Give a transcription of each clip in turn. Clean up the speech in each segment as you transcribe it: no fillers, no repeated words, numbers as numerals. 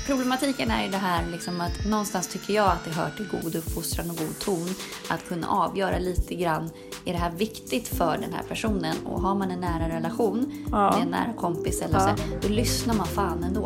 Problematiken är ju det här liksom att någonstans tycker jag att det hör till god uppfostran och god ton att kunna avgöra lite grann, är det här viktigt för den här personen? Och har man en nära relation med en nära kompis eller så här, då lyssnar man fan ändå.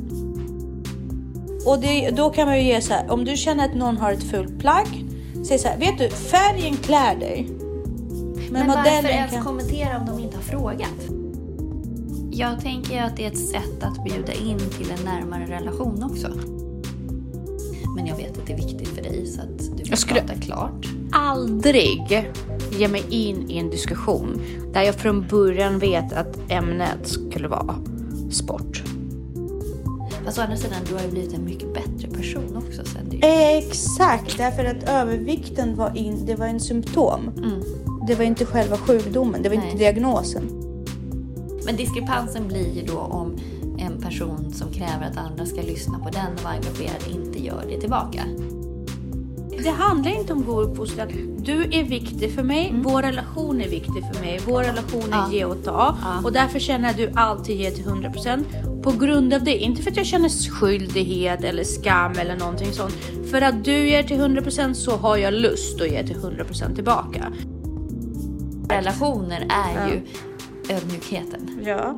Och då kan man ju ge så här, om du känner att någon har ett fullt plagg, säg så här, vet du, färgen klär dig. Men varför ens kommentera om de inte har frågat? Jag tänker att det är ett sätt att bjuda in till en närmare relation också. Men jag vet att det är viktigt för dig så att du får prata klart. Aldrig ge mig in i en diskussion där jag från början vet att ämnet skulle vara sport. Fast å andra sidan, du har ju blivit en mycket bättre person också sen du... Exakt, därför att övervikten det var en symptom. Det var inte själva sjukdomen, det var inte diagnosen. Men diskrepansen blir ju då om en person som kräver att andra ska lyssna på den och vara engagerad inte gör det tillbaka. Det handlar inte om god uppfostran. Du är viktig för mig, vår relation är viktig för mig, vår relation är ge och ta. Och därför känner jag att du alltid ger till 100%. På grund av det, inte för att jag känner skyldighet eller skam eller någonting sånt. För att du ger till 100% så har jag lust att ge till 100% tillbaka. Relationer är ju ödmjukheten. Ja.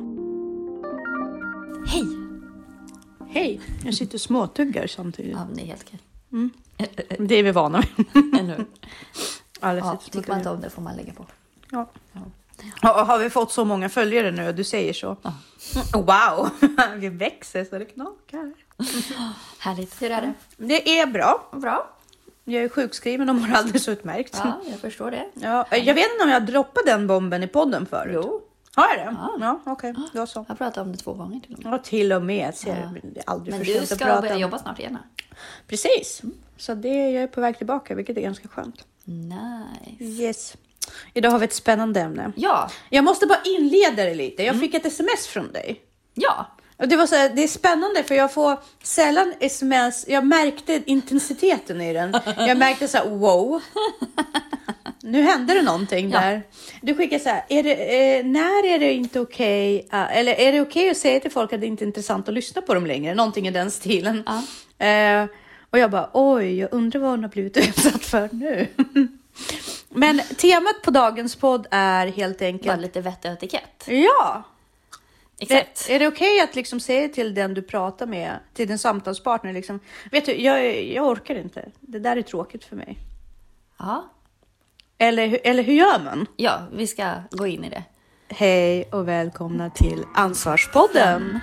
Hej! Hej, jag sitter och småtuggar samtidigt. Ja, det är helt okej. Det är vi vana vid. Tycker man inte om det får man lägga på. Ja. Har vi fått så många följare nu och du säger så? Wow, vi växer så det knakar. Härligt. Hur är det? Det är bra. Bra. Jag är sjukskriven och mår alldeles utmärkt. Ja, jag förstår det. Ja, jag vet inte om jag droppade den bomben i podden förut. Jo. Har jag det? Ja, okej. Då så. Jag har pratat om det 2 gånger till och med. Ja, till och med. Det är aldrig Men för du sent att ska prata börja om. jobba snart igen. Precis. Så jag är på väg tillbaka, vilket är ganska skönt. Nice. Yes. Idag har vi ett spännande ämne. Ja. Jag måste bara inleda det lite. Jag fick ett sms från dig. Ja. Och det var så här, det är spännande för jag får sällan sms. Jag märkte intensiteten i den. Jag märkte så här, wow. Nu händer det någonting där. Du skickar så här, när är det inte okej? Eller är det okej att säga till folk att det inte är intressant att lyssna på dem längre? Någonting i den stilen. Och jag bara, oj, jag undrar vad hon har blivit utsatt för nu. Men temat på dagens podd är helt enkelt... Bara lite vett och etikett. Ja. Exakt. Är det okej att liksom säga till den du pratar med, till din samtalspartner liksom, vet du, jag orkar inte. Det där är tråkigt för mig. Ja. Eller hur gör man? Ja, vi ska gå in i det. Hej och välkomna till Ansvarspodden.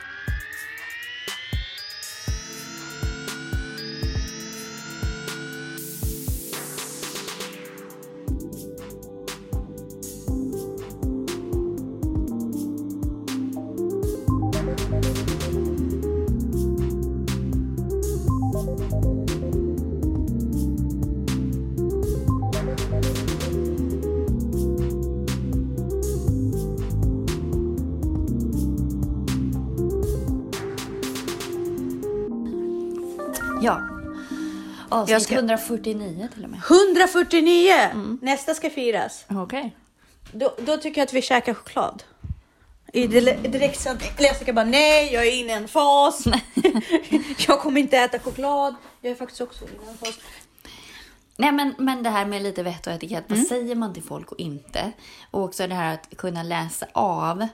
Ja. Avsnitt 149 till och med. 149! Nästa ska firas. Okej. Då tycker jag att vi käkar choklad. I direktsändning. Jag ska bara, nej, jag är inne i en fas. Jag kommer inte äta choklad. Jag är faktiskt också inne i en fas. Nej, men det här med lite vett och etikett. Vad säger man till folk och inte? Och också det här att kunna läsa av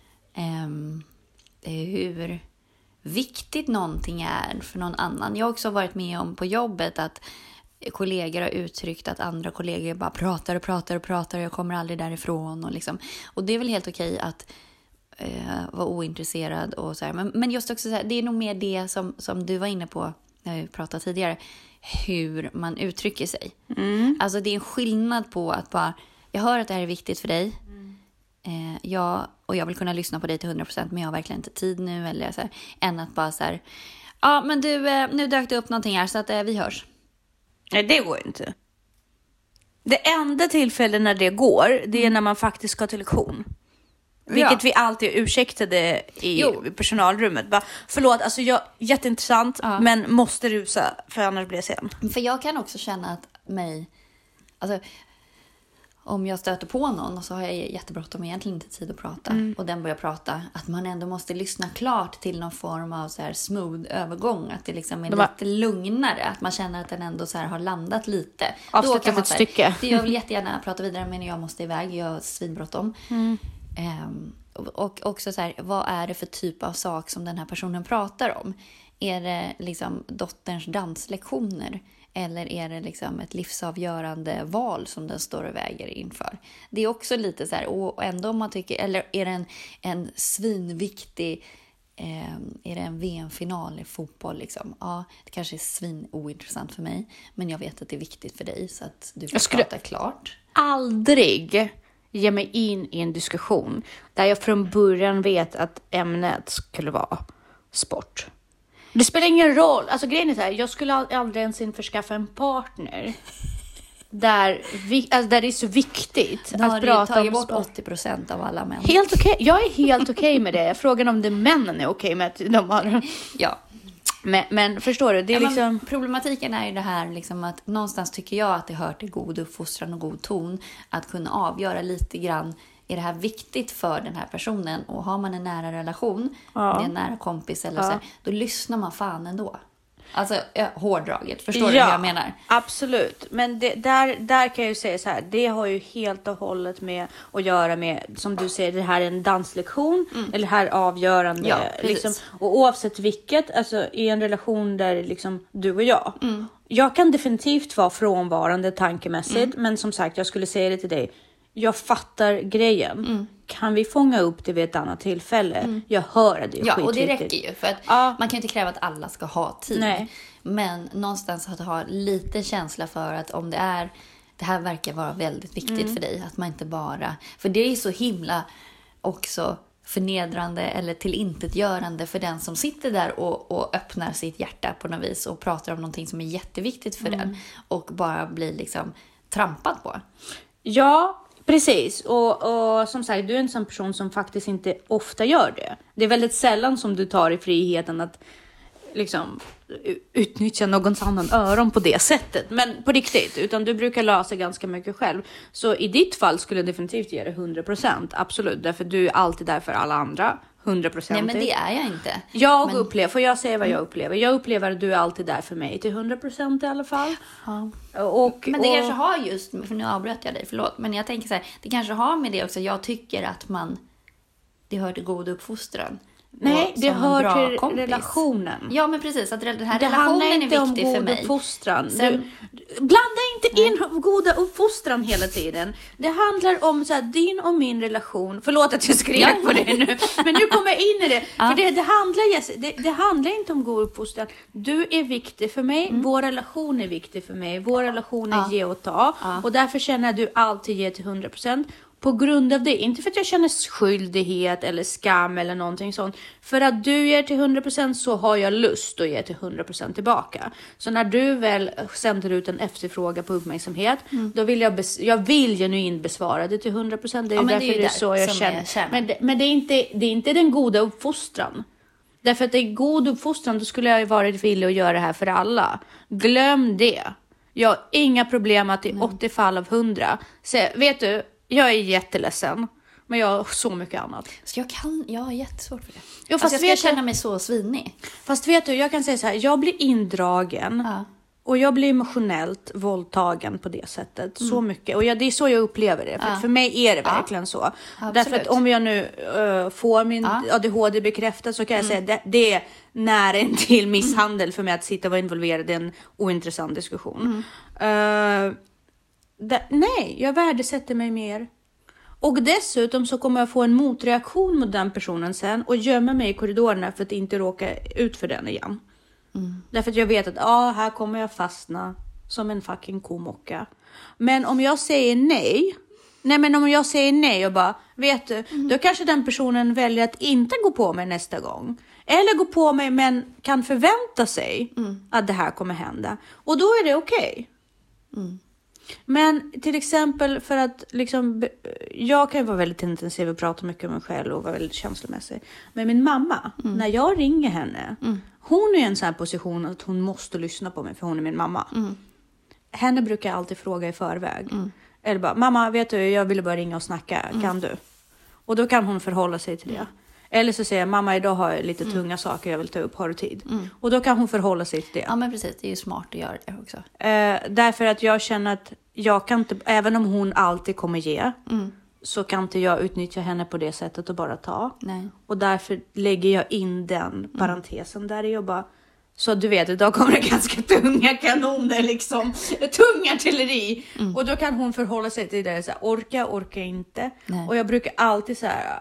hur viktigt någonting är för någon annan. Jag har också varit med om på jobbet att kollegor har uttryckt att andra kollegor bara pratar och jag kommer aldrig därifrån. Och det är väl helt okej att vara ointresserad och så här. Men just också så här, det är nog mer det som du var inne på när vi pratade tidigare. Hur man uttrycker sig. Alltså det är en skillnad på att bara, jag hör att det här är viktigt för dig. Och jag vill kunna lyssna på dig till 100%, men jag har verkligen inte tid nu. Eller så här, än att bara så här, ja men du, nu dök det upp någonting här så att vi hörs. Nej, det går inte. Det enda tillfället när det går, det är när man faktiskt ska till lektion. Vilket vi alltid ursäktade i personalrummet. Bara, förlåt, alltså jätteintressant, men måste rusa för annars blir jag sen. För jag kan också känna att mig... Alltså, om jag stöter på någon och så har jag jättebråttom och egentligen inte tid att prata och den börjar prata, att man ändå måste lyssna klart till någon form av så här smooth övergång, att det liksom är lite lugnare, att man känner att den ändå så här har landat lite. Avslutat ett stycke. Jag vill jättegärna prata vidare, men jag måste iväg, jag har svinbråttom. Och också så här, vad är det för typ av sak som den här personen pratar om? Är det liksom dotterns danslektioner? Eller är det liksom ett livsavgörande val som den står och väger inför? Det är också lite så här, och ändå om man tycker, eller är det en svinviktig, är det en VM-final i fotboll liksom? Ja, det kanske är svinointressant för mig, men jag vet att det är viktigt för dig, så att du får prata klart. Aldrig ge mig in i en diskussion där jag från början vet att ämnet skulle vara sport. Det spelar ingen roll. Alltså grejen är så här, jag skulle aldrig ens införskaffa en partner där det är så viktigt att prata om bort 80% av alla män. Helt okej. Jag är helt okej med det. Frågan om det männen är okej med att de har... Ja. Men förstår du, det är liksom... Problematiken är ju det här liksom, att någonstans tycker jag att det hör till god uppfostran och god ton att kunna avgöra lite grann, är det här viktigt för den här personen? Och har man en nära relation, det är en nära kompis eller så här, då lyssnar man fan ändå. Alltså hårdraget, förstår du hur jag menar? Absolut, men där kan jag ju säga så här, det har ju helt och hållet med att göra med, som du säger, det här är en danslektion, eller det här avgörande, liksom, och oavsett vilket, alltså i en relation där liksom du och jag, jag kan definitivt vara frånvarande tankemässigt, men som sagt, jag skulle säga det till dig, jag fattar grejen. Kan vi fånga upp det vid ett annat tillfälle? Jag hör att det är skitviktigt. Ja, och det räcker ju. För att man kan inte kräva att alla ska ha tid. Nej. Men någonstans att ha lite känsla för att om det här verkar vara väldigt viktigt för dig. Att man inte bara... För det är ju så himla också förnedrande eller tillintetgörande för den som sitter där och öppnar sitt hjärta på något vis och pratar om någonting som är jätteviktigt för den. Och bara blir liksom trampad på. Ja, precis. Och som sagt, du är en sån person som faktiskt inte ofta gör det. Det är väldigt sällan som du tar i friheten att liksom utnyttja någons annan öron på det sättet. Men på riktigt, utan du brukar lösa ganska mycket själv. Så i ditt fall skulle jag definitivt ge det 100%. Absolut, därför du är alltid där för alla andra. 100%. Nej, men det är jag inte. Får jag säga vad jag upplever? Jag upplever att du är alltid där för mig till 100% i alla fall. Ja. Men det kanske har just, för nu avbröt jag dig, förlåt. Men jag tänker så här, det kanske har med det också. Jag tycker att det hör till god uppfostran. Nej, det hör till relationen. Ja, men precis. Att den här relationen är viktig för mig. Det handlar inte om god uppfostran. Blanda inte in goda uppfostran hela tiden. Det handlar om så här, din och min relation. Förlåt att jag skrek på det nu. Men nu kommer jag in i det. För det handlar inte om god uppfostran. Du är viktig för mig. Vår relation är viktig för mig. Vår relation är ge och ta. Och därför känner jag att du alltid ger till 100%. På grund av det, inte för att jag känner skyldighet eller skam eller någonting sånt. För att du ger till 100% så har jag lust att ge till 100% tillbaka. Så när du väl sänder ut en efterfråga på uppmärksamhet, då vill jag vill genuint besvara det till 100%. Det är därför det är så jag känner. Men det är inte den goda uppfostran. Därför att det är god uppfostran, då skulle jag varit villig att göra det här för alla. Glöm det. Jag har inga problem att i 80 fall av 100. Så, vet du, jag är jätteledsen. Men jag har så mycket annat. Så jag har jättesvårt för det. Jo, fast jag ska känna mig så svinnig. Fast vet du, jag kan säga så här. Jag blir indragen. Ja. Och jag blir emotionellt våldtagen på det sättet. Så mycket. Och det är så jag upplever det. För mig är det verkligen så. Därför att om jag nu får min ADHD bekräftad så kan jag säga att det är nära en till misshandel för mig att sitta och vara involverad i en ointressant diskussion. Nej, jag värdesätter mig mer. Och dessutom så kommer jag få en motreaktion mot den personen sen och gömma mig i korridorerna för att inte råka ut för den igen. Därför att jag vet att här kommer jag fastna som en fucking komocka. Men om jag säger nej och bara, vet du, då kanske den personen väljer att inte gå på mig nästa gång. Eller gå på mig men kan förvänta sig att det här kommer hända. Och då är det okej. Men till exempel för att liksom, jag kan ju vara väldigt intensiv och prata mycket om mig själv och vara väldigt känslomässig. Men min mamma, när jag ringer henne, hon är i en sån här position att hon måste lyssna på mig för hon är min mamma. Henne brukar jag alltid fråga i förväg. Eller bara, mamma vet du, jag ville bara ringa och snacka, kan du? Och då kan hon förhålla sig till det. Eller så säger jag, mamma idag har jag lite tunga saker jag vill ta upp, har du tid? Och då kan hon förhålla sig till det. Ja men precis, det är ju smart att göra det också. Därför att jag känner att jag kan inte, även om hon alltid kommer ge, så kan inte jag utnyttja henne på det sättet och bara ta. Nej. Och därför lägger jag in den parentesen där i och bara, så du vet, idag kommer det ganska tunga kanoner liksom, tung artilleri. Och då kan hon förhålla sig till det så här, orkar inte. Nej. Och jag brukar alltid så här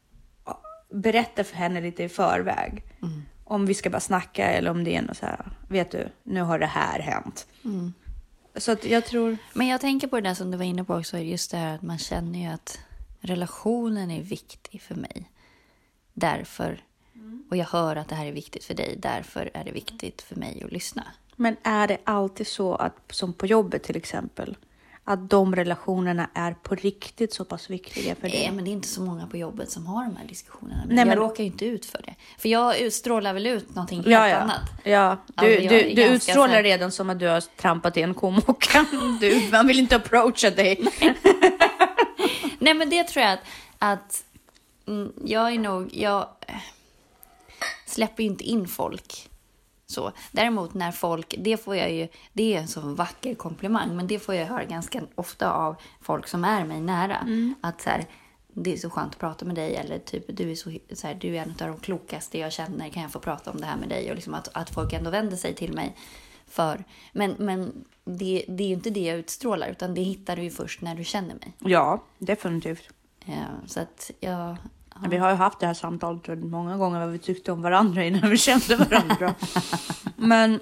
berätta för henne lite i förväg. Om vi ska bara snacka eller om det är något så här, vet du, nu har det här hänt. Så att jag tror... Men jag tänker på det där som du var inne på också, just det här att man känner ju att relationen är viktig för mig. Därför, och jag hör att det här är viktigt för dig, därför är det viktigt för mig att lyssna. Men är det alltid så att, som på jobbet till exempel, att de relationerna är på riktigt så pass viktiga för dig? Nej, men det är inte så många på jobbet som har de här diskussionerna. Men jag råkar ju inte ut för det. För jag utstrålar väl ut någonting helt annat. Ja, du utstrålar redan som att du har trampat i en komocka. Man vill inte approacha dig. Nej, men det tror jag att jag släpper ju inte in folk. Så. Däremot när folk, det är en så vacker komplimang, men det får jag höra ganska ofta av folk som är mig nära. Att så här, det är så skönt att prata med dig, eller typ du är en av de klokaste jag känner, kan jag få prata om det här med dig, och liksom att folk ändå vänder sig till mig för. Men det är ju inte det jag utstrålar, utan det hittar du ju först när du känner mig. Ja, definitivt. Så att jag... Vi har ju haft det här samtalet många gånger, vad vi tyckte om varandra innan vi kände varandra. Men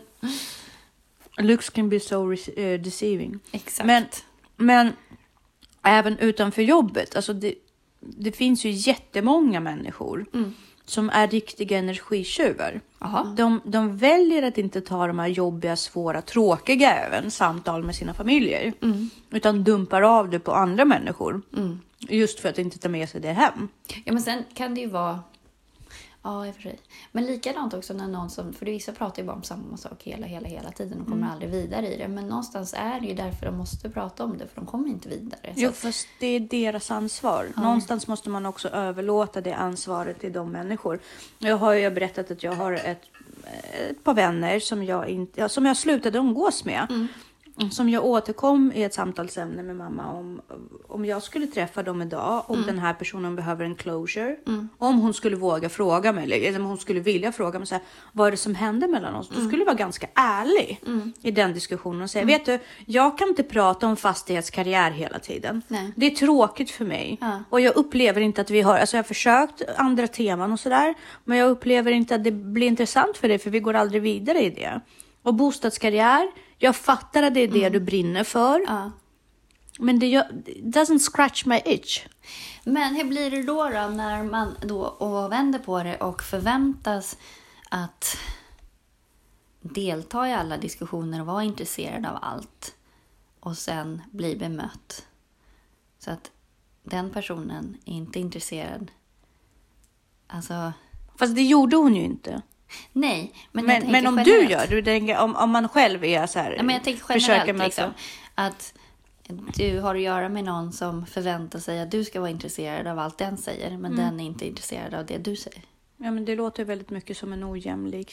looks can be so deceiving. Exakt. Men även utanför jobbet, alltså det finns ju jättemånga människor som är riktiga energitjuvar. De väljer att inte ta de här jobbiga, svåra, tråkiga även samtal med sina familjer. Utan dumpar av det på andra människor. Just för att inte ta med sig det hem. Ja, men sen kan det ju vara... Ja, i och för sig. Men likadant också när någon som... För vissa pratar ju bara om samma sak hela tiden och kommer aldrig vidare i det. Men någonstans är det ju därför de måste prata om det, för de kommer inte vidare. Jo, fast det är deras ansvar. Någonstans måste man också överlåta det ansvaret till de människor. Jag har ju berättat att jag har ett par vänner som jag slutade umgås med. Som jag återkom i ett samtalsämne med mamma om jag skulle träffa dem idag, om den här personen behöver en closure. Om hon skulle våga fråga mig, eller om hon skulle vilja fråga mig så här, vad är det som hände mellan oss? Då skulle jag vara ganska ärlig i den diskussionen och säga, vet du, jag kan inte prata om fastighetskarriär hela tiden. Nej. Det är tråkigt för mig. Och jag upplever inte att vi har, alltså jag har försökt andra teman och sådär, men jag upplever inte att det blir intressant för dig, för vi går aldrig vidare i det. Och bostadskarriär, jag fattar att det är det du brinner för. Men det doesn't scratch my itch. Men hur blir det då när man då vänder på det och förväntas att delta i alla diskussioner och vara intresserad av allt, och sen bli bemött så att den personen är inte intresserad? Alltså... Fast det gjorde hon ju inte. Nej, men om generellt. Du gör, om man själv är så här, men jag tänker generellt liksom, att du har att göra med någon som förväntar sig att du ska vara intresserad av allt den säger, men den är inte intresserad av det du säger. Ja, men det låter väldigt mycket som en ojämlik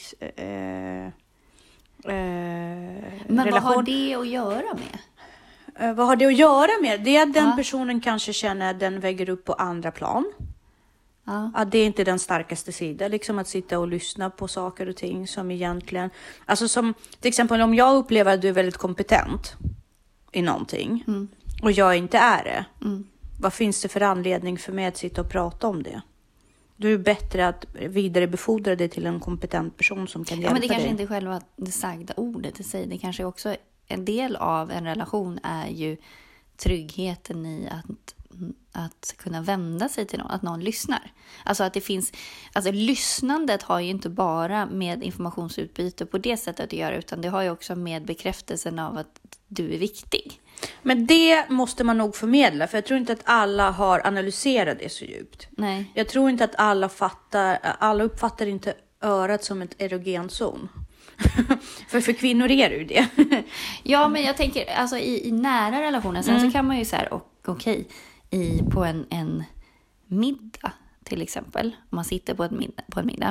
men relation. Vad har det att göra med? Vad har det att göra med? Det är att den personen kanske känner att den väger upp på andra plan. Att det är inte den starkaste sidan, liksom att sitta och lyssna på saker och ting som egentligen, alltså som till exempel om jag upplever att du är väldigt kompetent i någonting och jag inte är det, vad finns det för anledning för mig att sitta och prata om det? Du är bättre att vidarebefordra det till en kompetent person som kan hjälpa dig. Men det kanske inte är själva det sagda ordet i sig, det kanske också en del av en relation är ju tryggheten i att kunna vända sig till någon, att någon lyssnar. Alltså att det finns, alltså lyssnandet har ju inte bara med informationsutbyte på det sättet att göra, utan det har ju också med bekräftelsen av att du är viktig. Men det måste man nog förmedla, för jag tror inte att alla har analyserat det så djupt. Nej. Jag tror inte att alla uppfattar inte örat som ett erogen zon. för kvinnor är det ju det. Ja, men jag tänker alltså i nära relationer. Sen så kan man ju så här, på en middag till exempel. Om man sitter på en middag.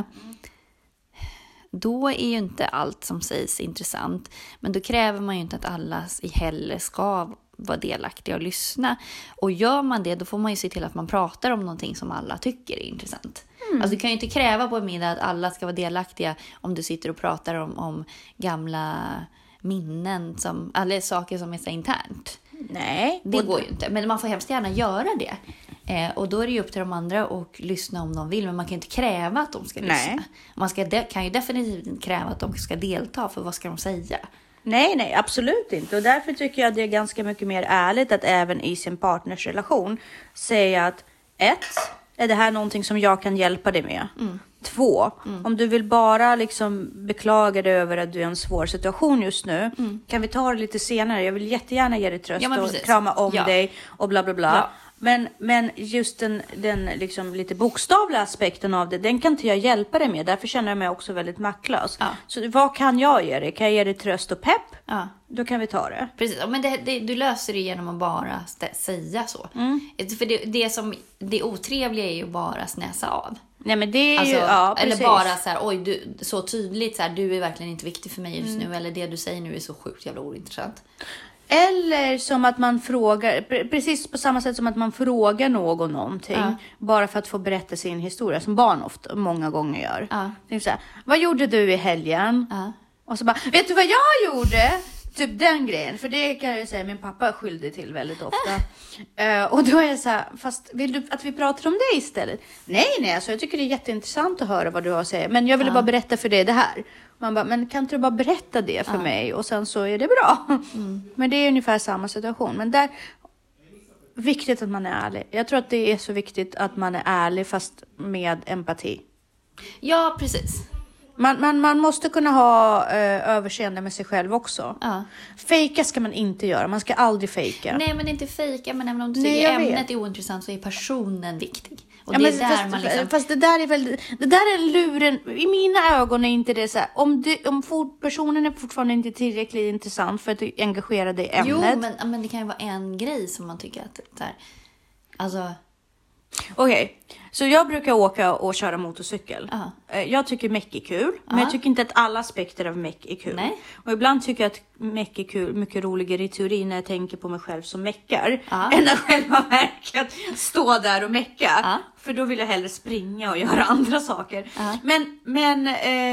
Då är ju inte allt som sägs intressant. Men då kräver man ju inte att alla heller ska vara delaktiga och lyssna. Och gör man det, då får man ju se till att man pratar om någonting som alla tycker är intressant. Alltså du kan ju inte kräva på en middag att alla ska vara delaktiga om du sitter och pratar om gamla minnen, eller saker som är så internt. Nej. Det går ju inte, men man får hemskt gärna göra det. Och då är det ju upp till de andra att lyssna om de vill. Men man kan inte kräva att de ska lyssna. Man kan ju definitivt inte kräva att de ska delta, för vad ska de säga? Nej, absolut inte. Och därför tycker jag att det är ganska mycket mer ärligt att även i sin partners relation säga att 1. Är det här någonting som jag kan hjälpa dig med? 2. Om du vill bara liksom beklaga dig över att du är i en svår situation just nu. Kan vi ta det lite senare? Jag vill jättegärna ge dig tröst och krama om dig och bla bla bla. Ja. Men just den liksom lite bokstavliga aspekten av det, den kan inte jag hjälpa dig med. Därför känner jag mig också väldigt maktlös. Ja. Så vad kan jag ge dig? Kan jag ge dig tröst och pepp? Ja. Då kan vi ta det. Precis, men du löser det genom att bara säga så. För det otrevliga är ju bara snäsa av. Nej, men det är ju, eller bara så här, oj, du, så tydligt så här, du är verkligen inte viktig för mig just nu. Eller det du säger nu är så sjukt jävla ointressant. Eller som att man frågar, precis på samma sätt som att man frågar någonting bara för att få berätta sin historia, som barn många gånger gör. Det är så här, vad gjorde du i helgen? Och så bara, vet du vad jag gjorde? Typ den grejen, för det kan jag ju säga min pappa är skyldig till väldigt ofta. Och då är jag så här, fast vill du att vi pratar om det istället? Nej, alltså jag tycker det är jätteintressant att höra vad du har att säga. Men jag ville bara berätta för dig det här. Man bara, men kan inte du bara berätta det för mig? Och sen så är det bra. Men det är ungefär samma situation. Men där, viktigt att man är ärlig. Jag tror att det är så viktigt att man är ärlig fast med empati. Ja, precis. Man måste kunna ha överseende med sig själv också. Fejka ska man inte göra. Man ska aldrig fejka. Nej, men inte fejka. Men även om du tycker ämnet är ointressant så är personen viktig. Och det är där man liksom... Fast det där är väl... Det där är luren. I mina ögon är inte det så här. Om personen är fortfarande inte tillräckligt intressant för att engagera dig i ämnet. Jo, men det kan ju vara en grej som man tycker att... Så här, alltså... Okej, så jag brukar åka och köra motorcykel. Jag tycker meck är kul, men jag tycker inte att alla aspekter av meck är kul. Nej. Och ibland tycker jag att meck är kul, mycket roligare i teori när jag tänker på mig själv som meckar. Än att själva verket stå där och mecka. För då vill jag hellre springa och göra andra saker. Men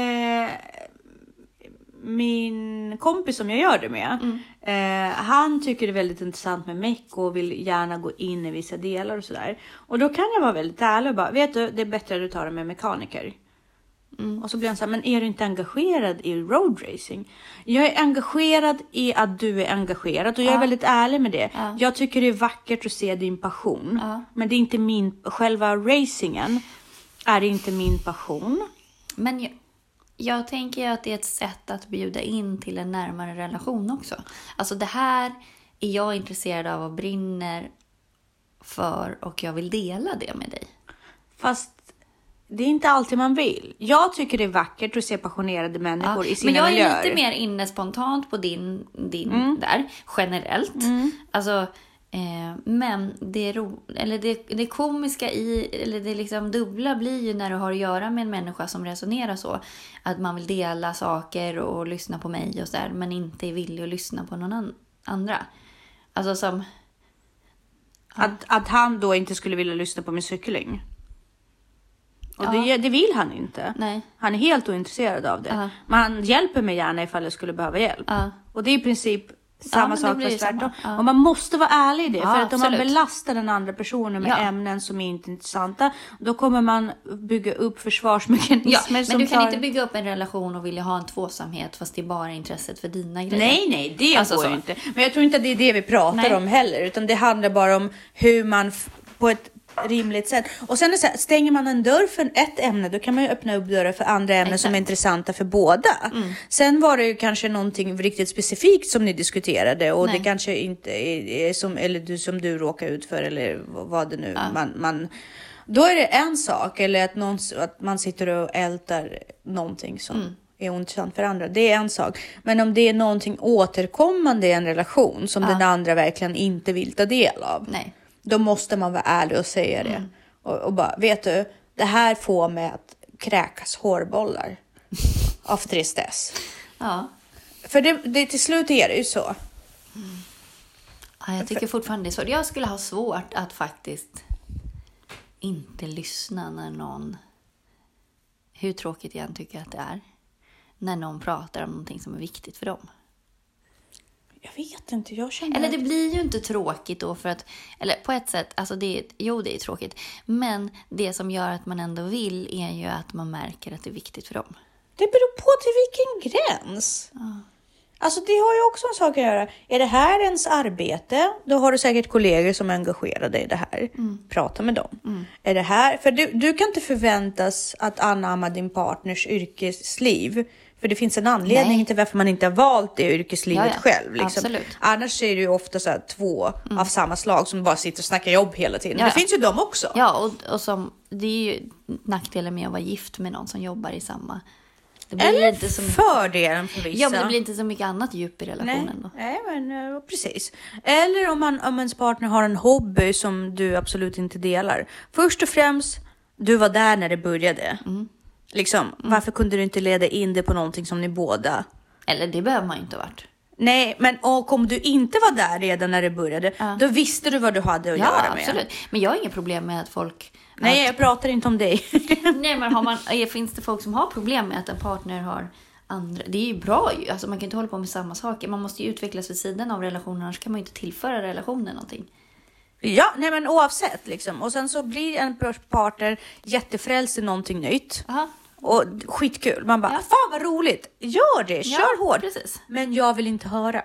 min kompis som jag gör det med, han tycker det är väldigt intressant med meck och vill gärna gå in i vissa delar och sådär. Och då kan jag vara väldigt ärlig och bara, vet du, det är bättre att du tar det med mekaniker. Och så blir han så här, men är du inte engagerad i road racing? Jag är engagerad i att du är engagerad och jag är väldigt ärlig med det. Jag tycker det är vackert att se din passion. Men det är inte själva racingen är inte min passion. Men jag tänker att det är ett sätt att bjuda in till en närmare relation också. Alltså det här är jag intresserad av och brinner för och jag vill dela det med dig. Fast det är inte alltid man vill. Jag tycker det är vackert att se passionerade människor i sina miljöer. Men jag är lite mer inne spontant på din där, generellt. Alltså... men det komiska eller det liksom dubbla blir ju när du har att göra med en människa som resonerar så, att man vill dela saker och lyssna på mig och så där, men inte är villig att lyssna på någon andra. Alltså som att han då inte skulle vilja lyssna på min cykling. Och det vill han inte. Nej. Han är helt ointresserad av det. Men han hjälper mig gärna ifall jag skulle behöva hjälp. Och det är i princip samma sak fast tvärtom. Och man måste vara ärlig i det. För att om man belastar den andra personen med ämnen som är inte intressanta, då kommer man bygga upp försvarsmekanismer. Men du kan inte bygga upp en relation och vilja ha en tvåsamhet fast det är bara intresset för dina grejer. Nej, det går ju inte. Men jag tror inte att det är det vi pratar om heller. Utan det handlar bara om hur man på ett rimligt sätt. Och sen är det så här, stänger man en dörr för ett ämne, då kan man ju öppna upp dörrar för andra ämnen som är intressanta för båda. Sen var det ju kanske någonting riktigt specifikt som ni diskuterade och det kanske inte är som du råkar ut för eller vad det nu man då är det en sak, eller att man sitter och ältar någonting som är ointressant för andra. Det är en sak. Men om det är någonting återkommande i en relation som den andra verkligen inte vill ta del av. Nej. Då måste man vara ärlig och säga det. Och bara, vet du, det här får mig att kräkas hårbollar av tristess. Ja. För det till slut är det ju så. Ja, jag tycker fortfarande det är så. Jag skulle ha svårt att faktiskt inte lyssna när någon, hur tråkigt jag än tycker att det är, när någon pratar om någonting som är viktigt för dem. Jag vet inte, jag känner... Eller det blir ju inte tråkigt då för att, eller på ett sätt, alltså det är tråkigt. Men det som gör att man ändå vill är ju att man märker att det är viktigt för dem. Det beror på till vilken gräns. Alltså det har ju också en sak att göra. Är det här ens arbete? Då har du säkert kollegor som är engagerade i det här. Prata med dem. Är det här? För du kan inte förväntas att anamma din partners yrkesliv. För det finns en anledning till varför man inte har valt det yrkeslivet själv. Liksom. Absolut. Annars är det ju ofta så här två av samma slag som bara sitter och snackar jobb hela tiden. Men det finns ju de också. Ja, och som, det är ju nackdelen med att vara gift med någon som jobbar i samma. Det blir eller inte så mycket... fördelen för vissa. Ja, men det blir inte så mycket annat djup i relationen då. Nej, men precis. Eller om ens partner har en hobby som du absolut inte delar. Först och främst, du var där när det började. Liksom, varför kunde du inte leda in det på någonting som ni båda... Eller det behöver man ju inte ha varit. Nej, men om du inte var där redan när det började, då visste du vad du hade att göra med. Ja, absolut. Men jag har inget problem med att folk... Nej, jag pratar inte om dig. Nej, men finns det folk som har problem med att en partner har andra... Det är ju bra ju. Alltså man kan inte hålla på med samma saker. Man måste ju utvecklas vid sidan av relationen. Annars kan man ju inte tillföra relationen någonting. Ja, nej men oavsett liksom. Och sen så blir en partner jättefrälst i någonting nytt. Aha. Och skitkul. Man bara, fan vad roligt. Gör det, kör hårt. Precis. Men jag vill inte höra.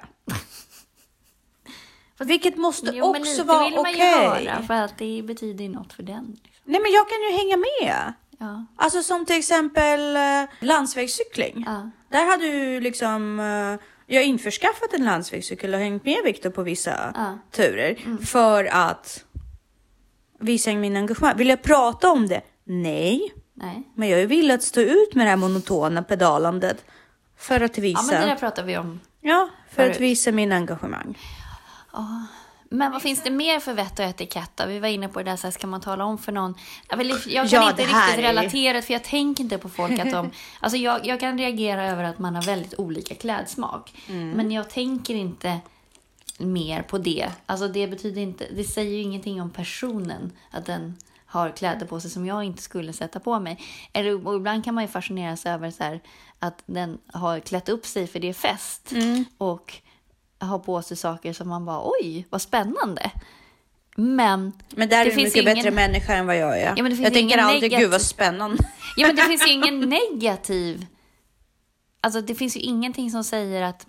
Vilket måste men också lite vara vill man ju höra, för att det betyder ju något för den. Liksom. Nej, men jag kan ju hänga med. Ja. Alltså som till exempel landsvägscykling. Ja. Där hade du liksom... jag har införskaffat en landsvägscykel och hängt med Victor på vissa turer. För att visa min engagemang. Vill jag prata om det? Nej. Men jag vill att stå ut med det här monotona pedalandet. För att visa... Ja, men det där pratar vi om. Ja, för att visa min engagemang. Ja. Men vad finns det mer för vett och etikett då? Vi var inne på det där, så här, ska man tala om för någon? Jag kan inte riktigt relatera, för jag tänker inte på folk att de... Alltså jag kan reagera över att man har väldigt olika klädsmak. Men jag tänker inte mer på det. Alltså det betyder inte... Det säger ju ingenting om personen att den har kläder på sig som jag inte skulle sätta på mig. Och ibland kan man ju fascineras över så här, att den har klätt upp sig för det är fest. Och har på sig saker som man bara, oj, vad spännande. Men där är du mycket bättre människa än vad jag är. Ja, men jag tänker alltid, gud vad spännande. Ja, men det finns ju ingen negativ... Alltså det finns ju ingenting som säger att...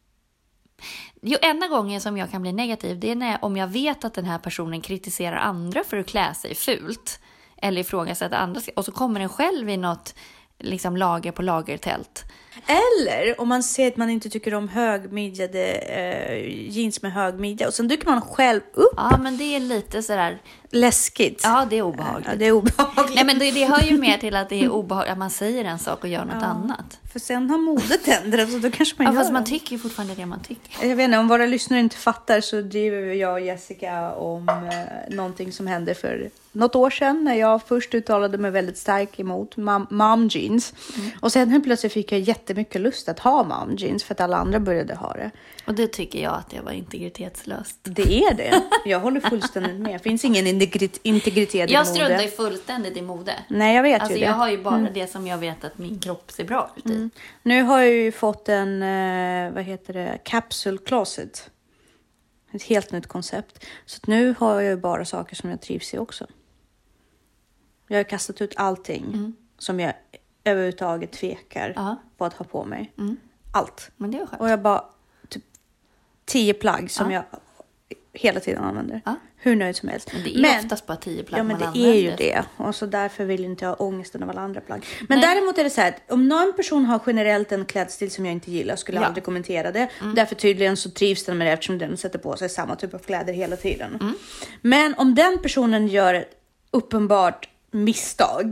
Enda gången som jag kan bli negativ, det är om jag vet att den här personen kritiserar andra för att klä sig fult. Eller ifrågasätter andra. Och så kommer den själv i något liksom lager på lagertält. Eller om man ser att man inte tycker om högmidjade jeans med hög midja. Och sen dyker man själv upp. Ja, men det är lite sådär... läskigt. Ja, det är obehagligt. Ja, det är obehagligt. Nej, men det hör ju mer till att det är obehagligt. Att man säger en sak och gör något annat. För sen har modet ändrats och då kanske man gör fast man tycker ju fortfarande det man tycker. Jag vet inte, om våra lyssnare inte fattar så driver jag och Jessica om någonting som hände för något år sedan. När jag först uttalade mig väldigt starkt emot mom jeans. Och sen helt plötsligt fick jag jättemycket lust att ha mom jeans för att alla andra började ha det. Och det tycker jag att det var integritetslöst. Det är det. Jag håller fullständigt med. Det finns ingen integritet i mode. Jag struntar ju fullständigt i mode. Nej, jag vet alltså, ju det. Jag har ju bara det som jag vet att min kropp ser bra ut i. Nu har jag ju fått en, capsule closet. Ett helt nytt koncept. Så att nu har jag ju bara saker som jag trivs i också. Jag har kastat ut allting som jag överhuvudtaget tvekar på att ha på mig. Allt. Men det är skönt. Och jag bara typ 10 plagg som jag hela tiden använder. Hur nöjd som helst. Men det är ju oftast bara 10 plagg man använder. Ja, men det är ju det. Och så därför vill inte jag ha ångesten av alla andra plagg. Men däremot är det så här att om någon person har generellt en klädstil som jag inte gillar skulle jag aldrig kommentera det. Därför tydligen så trivs den med det eftersom den sätter på sig samma typ av kläder hela tiden. Men om den personen gör ett uppenbart misstag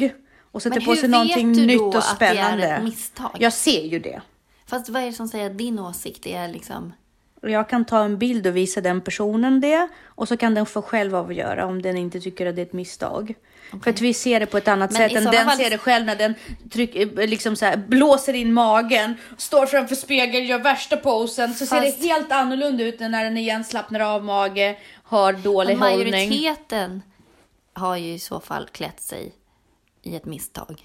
och sätter på sig någonting nytt och spännande. Det är ett misstag? Jag ser ju det. Fast vad är det som säger att din åsikt är liksom... Jag kan ta en bild och visa den personen det. Och så kan den få själv avgöra om den inte tycker att det är ett misstag. Okay. För att vi ser det på ett annat sätt än den ser det själv när den liksom så här, blåser in magen. Står framför spegeln, gör värsta posen. Så ser det helt annorlunda ut när den igen slappnar av mage. Har dålig hållning. Majoriteten har ju i så fall klätt sig i ett misstag.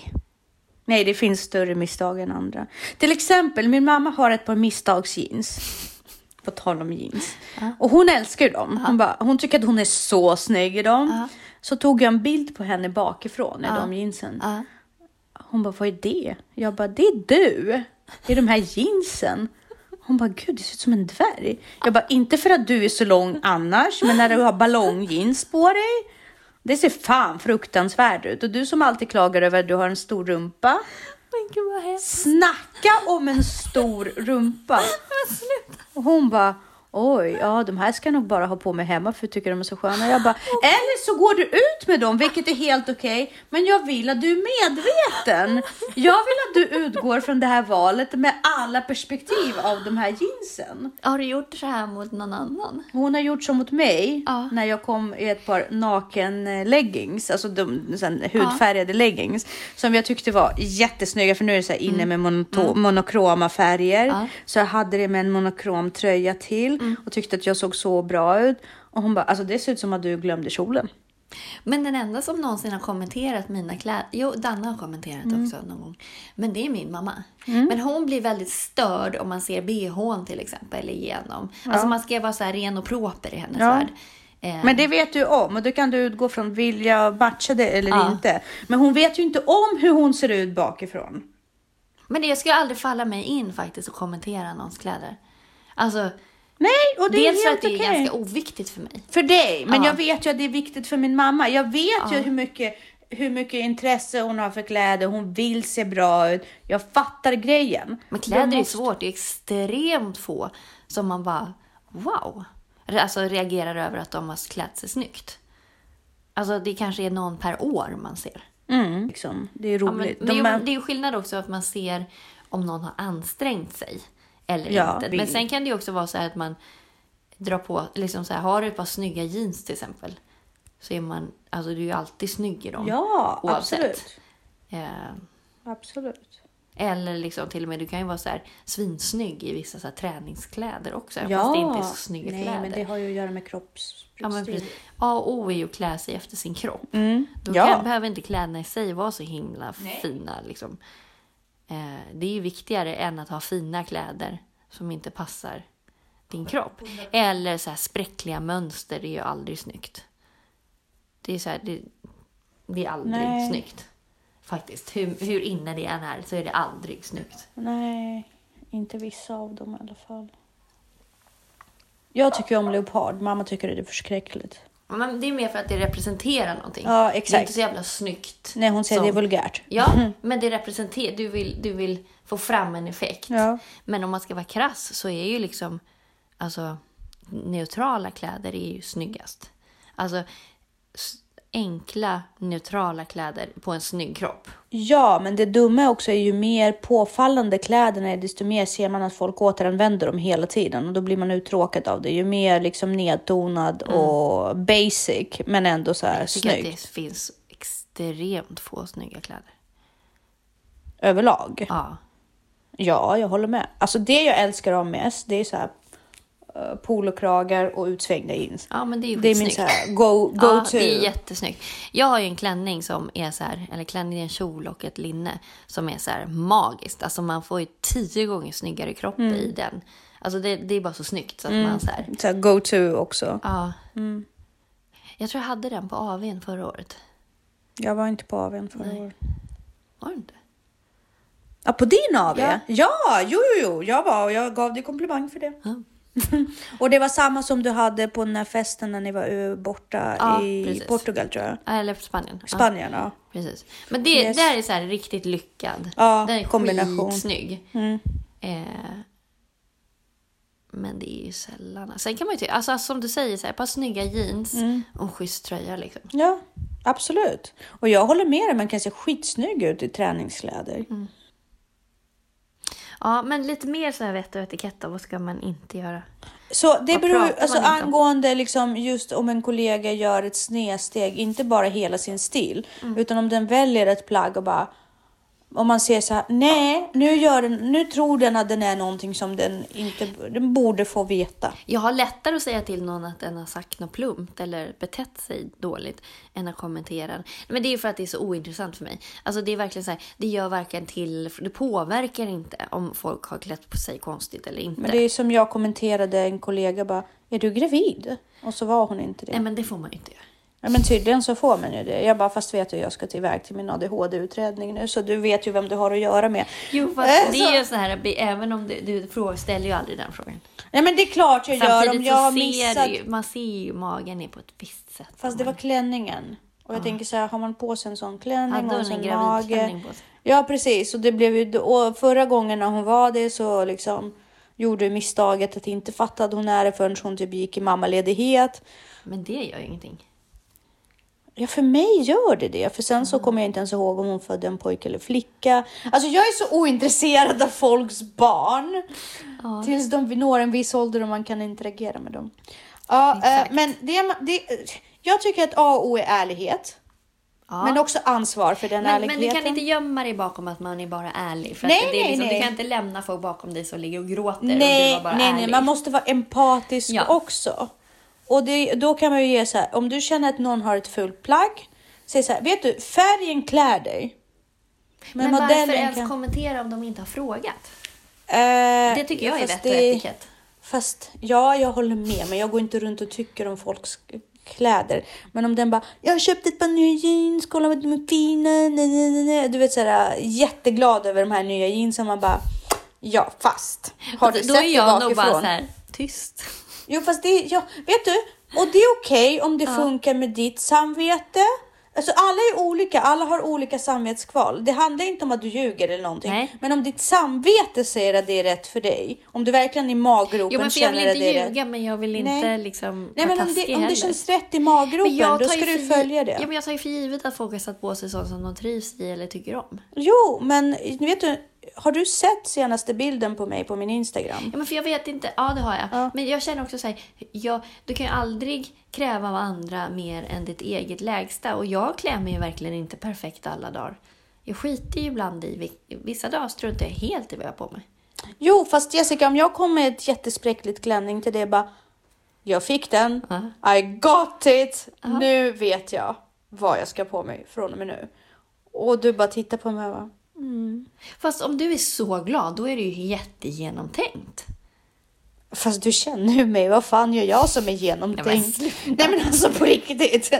Nej, det finns större misstag än andra. Till exempel, min mamma har ett par misstagsjeans. På tal om jeans. Och hon älskar ju dem. Hon tycker att hon är så snygg i dem. Så tog jag en bild på henne bakifrån i de jeansen. Hon bara, vad är det? Jag bara, det är du. Det är de här jeansen. Hon bara, gud, det ser ut som en dvärg. Jag bara, inte för att du är så lång annars. Men när du har ballongjeans på dig. Det ser fan fruktansvärt ut. Och du som alltid klagar över att du har en stor rumpa. Men gud, vad hemskt. Snacka om en stor rumpa. Och hon bara, oj, ja, de här ska jag nog bara ha på mig hemma för jag tycker de är så sköna. Jag bara, eller så går du ut med dem, vilket är helt okej. Men jag vill att du är medveten. Jag vill att du utgår från det här valet med alla perspektiv av de här jeansen. Har du gjort så här mot någon annan? Hon har gjort så mot mig när jag kom i ett par naken leggings. Alltså hudfärgade leggings. Som jag tyckte var jättesnygga. För nu är det så här inne med monokroma färger. Så jag hade det med en monokrom tröja till. Och tyckte att jag såg så bra ut. Och hon bara, alltså det ser ut som att du glömde kjolen. Men den enda som någonsin har kommenterat mina kläder... Jo, Danna har kommenterat också någon gång. Men det är min mamma. Men hon blir väldigt störd om man ser BH:n till exempel igenom. Alltså man ska vara så här ren och proper i hennes värld. Men det vet du om. Och då kan du utgå från vilja matcha det eller inte. Men hon vet ju inte om hur hon ser ut bakifrån. Men det ska aldrig falla mig in faktiskt att kommentera någons kläder. Alltså... Nej, och det dels är helt för att det är ganska oviktigt för mig. För dig, men jag vet ju att det är viktigt för min mamma. Jag vet ju hur mycket intresse hon har för kläder. Hon vill se bra ut. Jag fattar grejen. Men kläder är svårt. Det är extremt få som man bara, wow. Alltså reagerar över att de har klätt sig snyggt. Alltså det kanske är någon per år man ser. Liksom. Det är roligt. Men det är ju skillnad också att man ser om någon har ansträngt sig. Eller inte. Men sen kan det ju också vara så här att man drar på, liksom så här, har du ett par snygga jeans till exempel, så är man, alltså du är ju alltid snygg i dem. Ja, oavsett. Absolut. Eller liksom till och med, du kan ju vara så här svinsnygg i vissa så här träningskläder också. Fast det inte är så snygga kläder. Nej, men det har ju att göra med kroppsstil. A och O är ju att klä sig efter sin kropp. Då behöver inte kläderna i sig vara så himla fina liksom. Det är ju viktigare än att ha fina kläder som inte passar din kropp. Eller så här spräckliga mönster, det är ju aldrig snyggt. Det är så här, det är aldrig snyggt. Faktiskt. Hur inne det än är så är det aldrig snyggt. Nej, inte vissa av dem i alla fall. Jag tycker om leopard. Mamma tycker det är förskräckligt. Men det är mer för att det representerar någonting. Ja, exakt. Det är inte så jävla snyggt. Nej, hon säger det är vulgärt. Ja, men det representerar... Du vill få fram en effekt. Ja. Men om man ska vara krass så är ju liksom... Alltså, neutrala kläder är ju snyggast. Alltså, enkla, neutrala kläder på en snygg kropp. Ja, men det dumma också är ju mer påfallande kläderna är, desto mer ser man att folk återanvänder dem hela tiden. Och då blir man uttråkad av det. Ju mer liksom nedtonad och basic, men ändå så här snyggt. Jag tycker att det finns extremt få snygga kläder. Överlag? Ja. Ja, jag håller med. Alltså det jag älskar av mest, det är så här polokragar och utsvängda jeans. Ja, men det är ju det är min så här go-to. Det är jättesnyggt. Jag har ju en klänning som är så här, eller klänning, en kjol och ett linne som är så här magiskt. Alltså man får ju 10 gånger snyggare kropp i den. Alltså det är bara så snyggt så att man så här go-to också. Ja. Jag tror jag hade den på AW:n förra året. Jag var inte på AW:n förra året. Var du inte? Ja, på din AW? Ja, jo. Jag var och jag gav dig komplimang för det. Och det var samma som du hade på den här festen när ni var borta i Portugal, tror jag. Eller Spanien. Spanien, ja. Precis. Men det där är så här riktigt lyckad. Ja, den är kombination. Skitsnygg. Men det är ju sällan. Sen kan man ju tycka, alltså som du säger, så här, ett par snygga jeans och en schysst tröja liksom. Ja, absolut. Och jag håller med dig, man kan se skitsnygg ut i träningskläder. Ja, men lite mer så här vett och etikett, vad ska man inte göra? Så det Vad beror, pratar alltså man inte om? angående liksom just om en kollega gör ett snedsteg, inte bara hela sin stil, utan om den väljer ett plagg och bara, om man ser så här, nej, nu tror den att den är någonting som den borde få veta. Jag har lättare att säga till någon att den har sagt något plumpt eller betett sig dåligt än att kommentera. Men det är ju för att det är så ointressant för mig. Alltså det är verkligen så här, det gör varken till, det påverkar inte om folk har klätt på sig konstigt eller inte. Men det är som jag kommenterade, en kollega bara, är du gravid? Och så var hon inte det. Nej, men det får man ju inte göra. Ja, men tydligen så får man ju det. Jag bara, fast vet du, jag ska tillväg till min ADHD-utredning nu, så du vet ju vem du har att göra med. Jo, fast det är ju så här, även om du ställer ju aldrig den frågan. Nej, men det är klart jag gör om Samtidigt jag har så missat. man ser ju magen är på ett visst sätt. Fast det var klänningen. Och jag tänker så här, har man på sig en sån klänning Hade och en hon en sån mage. gravidklänning på sig? Ja, precis. Och det blev ju, och förra gången när hon var det så liksom gjorde misstaget att inte fatta att hon är det förrän hon typ gick i mammaledighet. Men det gör ju ingenting. Ja, för mig gör det. För sen så kommer jag inte ens ihåg om hon födde en pojke eller flicka. Alltså jag är så ointresserad av folks barn. Ja. Tills de når en viss ålder och man kan interagera med dem. Ja, Exakt. men jag tycker att A och O är ärlighet. Ja. Men också ansvar för den Men ärligheten. du kan inte gömma dig bakom att man är bara ärlig. För Nej, att det är liksom, nej. Du kan inte lämna folk bakom dig som ligger och gråter. Nej, och du var bara ärlig. man måste vara empatisk Ja. också. Och då kan man ju ge så här, om du känner att någon har ett fult plagg, säg så här, vet du, färgen klär dig. Men varför ens kommentera om de inte har frågat? Det tycker jag är vett och etikett. Fast ja, jag håller med, men jag går inte runt och tycker om folks kläder. Men om den bara, jag har köpt ett par nya jeans, kolla vad de är fina. Du vet såhär, jätteglad över de här nya jeansen. Man bara, ja fast. Har du Då sett är det jag bakifrån? nog bara så här, tyst. Jo, fast vet du, och det är okej om det funkar med ditt samvete. Alltså alla är olika, alla har olika samvetskval. Det handlar inte om att du ljuger eller någonting. Nej. Men om ditt samvete säger att det är rätt för dig, om du verkligen i maggropen Jo, men för jag känner vill att inte det är ljuga, rätt. men jag vill inte liksom Nej, men om det känns rätt i maggropen, då ska du följa det. Ja, men jag tar ju för givet att folk har satt på sig sånt som de trivs i eller tycker om. Jo, men vet du, har du sett senaste bilden på mig på min Instagram? Ja, men för jag vet inte. Ja, det har jag. Ja. Men jag känner också så här, du kan ju aldrig kräva av andra mer än ditt eget lägsta. Och jag klär mig ju verkligen inte perfekt alla dagar. Jag skiter ju ibland i vissa dagar struntar jag helt i vad jag har på mig. Jo, fast Jessica, om jag kommer med ett jättespräckligt klänning till det, bara, jag fick den, I got it, nu vet jag vad jag ska på mig från och med nu. Och du bara tittar på mig och bara, Fast om du är så glad, då är det ju jättegenomtänkt. fast du känner ju mig, vad fan gör jag som är genomtänkt? Nej men alltså på riktigt.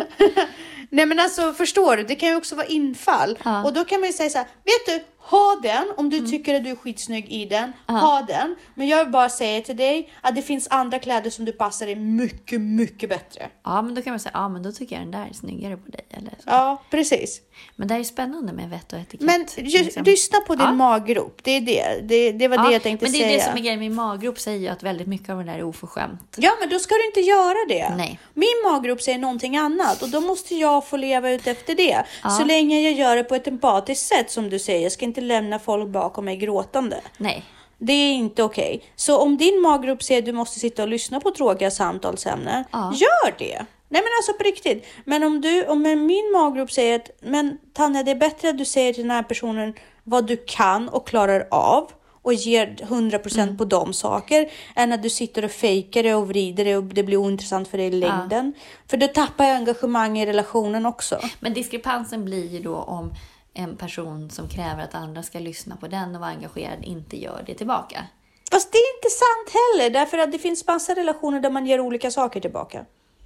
Nej men alltså förstår du, det kan ju också vara infall. Ja. Och då kan man ju säga så här, vet du, ha den om du tycker att du är skitsnygg i den. Ha den, men jag vill bara säga till dig att det finns andra kläder som du passar dig mycket, mycket bättre. Ja, men då kan man säga, ja men då tycker jag den där är snyggare på dig. Eller så. Ja, precis. Men det är spännande med vett och etikett. Men lyssna på din maggrop, det är det var det jag tänkte säga. Men det är det som är grejen med maggrop, säger ju att väldigt mycket av det där är oförskämt. Ja, men då ska du inte göra det. Nej. Min maggrop säger någonting annat och då måste jag få leva ut efter det. Så länge jag gör det på ett empatiskt sätt som du säger. Jag ska inte lämna folk bakom mig gråtande. Nej. Det är inte okej. Så om din maggrop säger att du måste sitta och lyssna på tråkiga samtalsämnen, gör det. Nej men alltså på riktigt. Men om min maggrop säger att, men Tanja, det är bättre att du säger till den här personen vad du kan och klarar av och ger 100% på de saker, än att du sitter och fejkar det och vrider det och det blir ointressant för dig i längden. För då tappar jag engagemang i relationen också. Men diskrepansen blir ju då om en person som kräver att andra ska lyssna på den och vara engagerad inte gör det tillbaka. Fast det är inte sant heller, därför att det finns massa relationer där man ger olika saker tillbaka.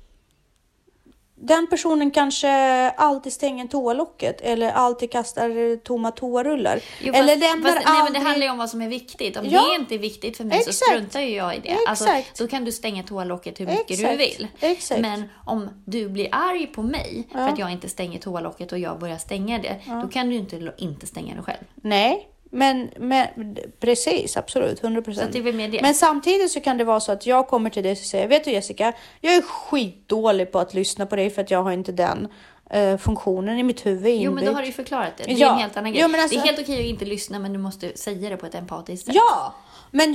Den personen kanske alltid stänger toalocket eller alltid kastar tomma toarullar. Jo, eller lämnar aldrig... Nej, men det handlar ju om vad som är viktigt. Om det inte är viktigt för mig så struntar ju jag i det. Alltså, då kan du stänga toalocket hur mycket du vill. Exakt. Men om du blir arg på mig för att jag inte stänger toalocket och jag börjar stänga det, då kan du inte stänga det själv. Nej, Men precis, absolut, 100%. Så det är väl med det. Men samtidigt så kan det vara så att jag kommer till dig och säger, vet du Jessica, jag är skitdålig på att lyssna på dig för att jag har inte den funktionen i mitt huvud inbyggd. Jo, men då har du ju förklarat det. Det är Ja. en helt annan grej. Jo, men alltså, det är helt okej att inte lyssna, men du måste säga det på ett empatiskt sätt. Ja, men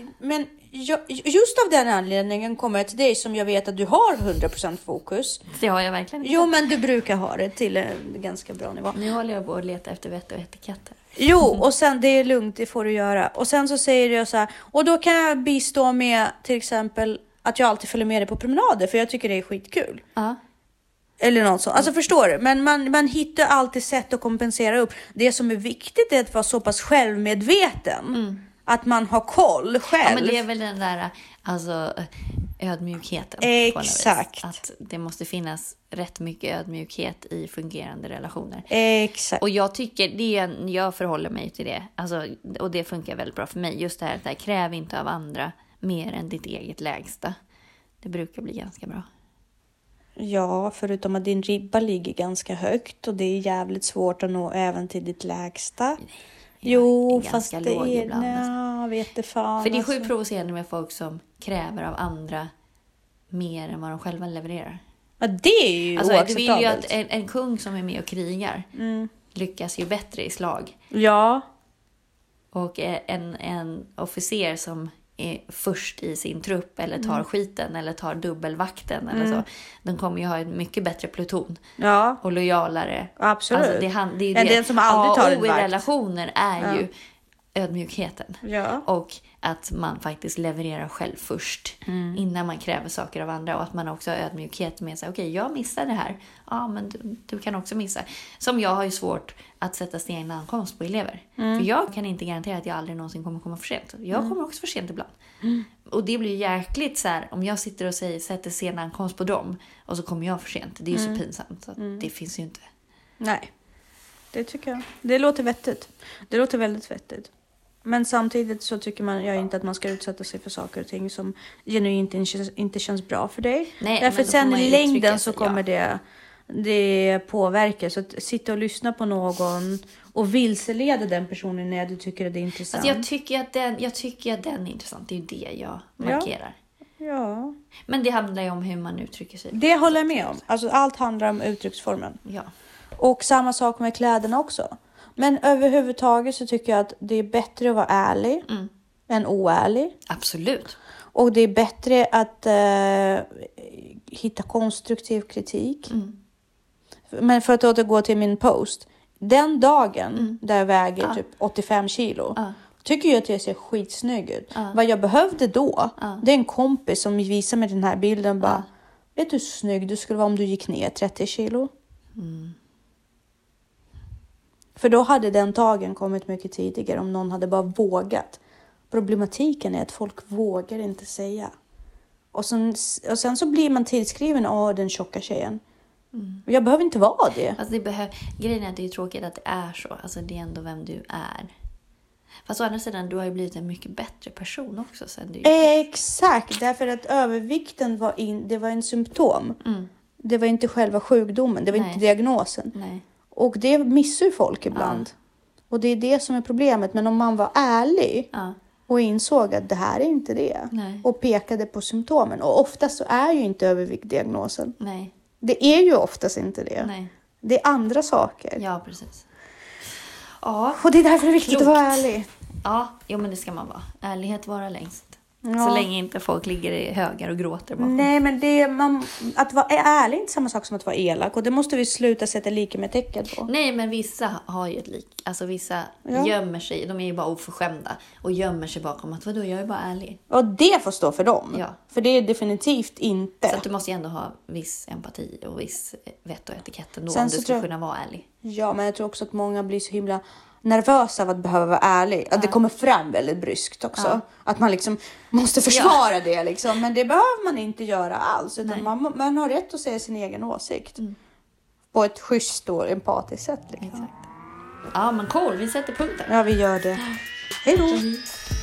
just av den anledningen kommer jag till dig som jag vet att du har 100% fokus. Det har jag verkligen inte. Jo, men du brukar ha det till en ganska bra nivå. Nu håller jag på att leta efter vett och etiketter. Jo, och sen det är lugnt, det får du göra. Och sen så säger jag så här, och då kan jag bistå med till exempel att jag alltid följer med dig på promenader för jag tycker det är skitkul. Ja. Eller något så. Alltså förstår du? Men man hittar alltid sätt att kompensera upp. Det som är viktigt är att vara så pass självmedveten. Att man har koll själv. Ja, men det är väl den där alltså, ödmjukheten. Exakt. Att det måste finnas rätt mycket ödmjukhet i fungerande relationer. Exakt. Och jag tycker, jag förhåller mig till det. Alltså, och det funkar väldigt bra för mig. Just det här, kräv inte av andra mer än ditt eget lägsta. Det brukar bli ganska bra. Ja, förutom att din ribba ligger ganska högt och det är jävligt svårt att nå även till ditt lägsta. Jo, fast det är... Ibland, nej, vet det fan. För det är sjukt provocerande med folk som kräver av andra mer än vad de själva levererar. Ja, det är ju oacceptabelt. Du vill ju att en kung som är med och krigar lyckas ju bättre i slag. Ja. Och en officer som är först i sin trupp eller tar skiten eller tar dubbelvakten eller så. Den kommer ju ha en mycket bättre pluton. Ja. Och lojalare. Absolut. Alltså det är än den som aldrig tar en vakt. i relationer är ju ödmjukheten. Ja. Och att man faktiskt levererar själv först innan man kräver saker av andra. Och att man också har ödmjukhet med sig. Okej, jag missar det här. Ja, men du kan också missa. Som jag har ju svårt att sätta sten ankomst på elever. För jag kan inte garantera att jag aldrig någonsin kommer komma för sent. Jag kommer också för sent ibland. Och det blir jäkligt så här, om jag sitter och sätter sen ankomst på dem och så kommer jag för sent. Det är ju så pinsamt. Så det finns ju inte. Nej, det tycker jag. Det låter vettigt. Det låter väldigt vettigt. Men samtidigt så tycker jag inte att man ska utsätta sig för saker och ting som genuint inte känns bra för dig. Nej, därför sen i längden så kommer ja. det påverka. Så att sitta och lyssna på någon och vilseleda den personen när du tycker att det är intressant. Alltså jag tycker att den är intressant. Det är ju det jag markerar. Ja. Men det handlar ju om hur man uttrycker sig. Det håller jag med om. Alltså allt handlar om uttrycksformen. Ja. Och samma sak med kläderna också. Men överhuvudtaget så tycker jag att det är bättre att vara ärlig än oärlig. Absolut. Och det är bättre att hitta konstruktiv kritik. Men för att återgå till min post. Den dagen där jag väger typ 85 kilo. Tycker jag att jag ser skitsnygg ut. Vad jag behövde då. Det är en kompis som visar mig den här bilden. Bara, vet du hur snygg du skulle vara om du gick ner 30 kilo? För då hade den dagen kommit mycket tidigare om någon hade bara vågat. Problematiken är att folk vågar inte säga. Och sen så blir man tillskriven den tjocka tjejen. Jag behöver inte vara det. Alltså grejen är att det är tråkigt att det är så. Alltså det är ändå vem du är. Fast å andra sidan, du har ju blivit en mycket bättre person också sen du... Exakt, därför att övervikten det var en symptom. Det var inte själva sjukdomen, det var inte diagnosen. Nej. Och det missar ju folk ibland. Och det är det som är problemet. Men om man var ärlig och insåg att det här är inte det. Nej. Och pekade på symptomen. Och oftast så är ju inte övervikt diagnosen. Nej. Det är ju oftast inte det. Nej. Det är andra saker. Ja, precis. Ja. Och det är därför det är viktigt att vara ärlig. Ja, men det ska man vara. Ärlighet vara längst. Ja. Så länge inte folk ligger i högar och gråter bakom. Nej, men att vara ärlig är inte samma sak som att vara elak. Och det måste vi sluta sätta lika med tecken på. Nej, men vissa har ju ett lik. Alltså vissa gömmer sig. De är ju bara oförskämda. Och gömmer sig bakom att vadå, jag är bara ärlig. Och det får stå för dem. Ja. För det är definitivt inte. Så att du måste ju ändå ha viss empati och viss vett och etikett ändå. Sen om du ska tror kunna vara ärlig. Ja, men jag tror också att många blir så himla nervösa av att behöva vara ärlig. Att det kommer fram väldigt bryskt också. Att man liksom måste försvara det liksom. Men det behöver man inte göra alls. Utan man har rätt att säga sin egen åsikt. På ett schysst och empatiskt sätt. Liksom. Exakt. Ja, men cool. Vi sätter punkten. Ja, vi gör det. Hej då!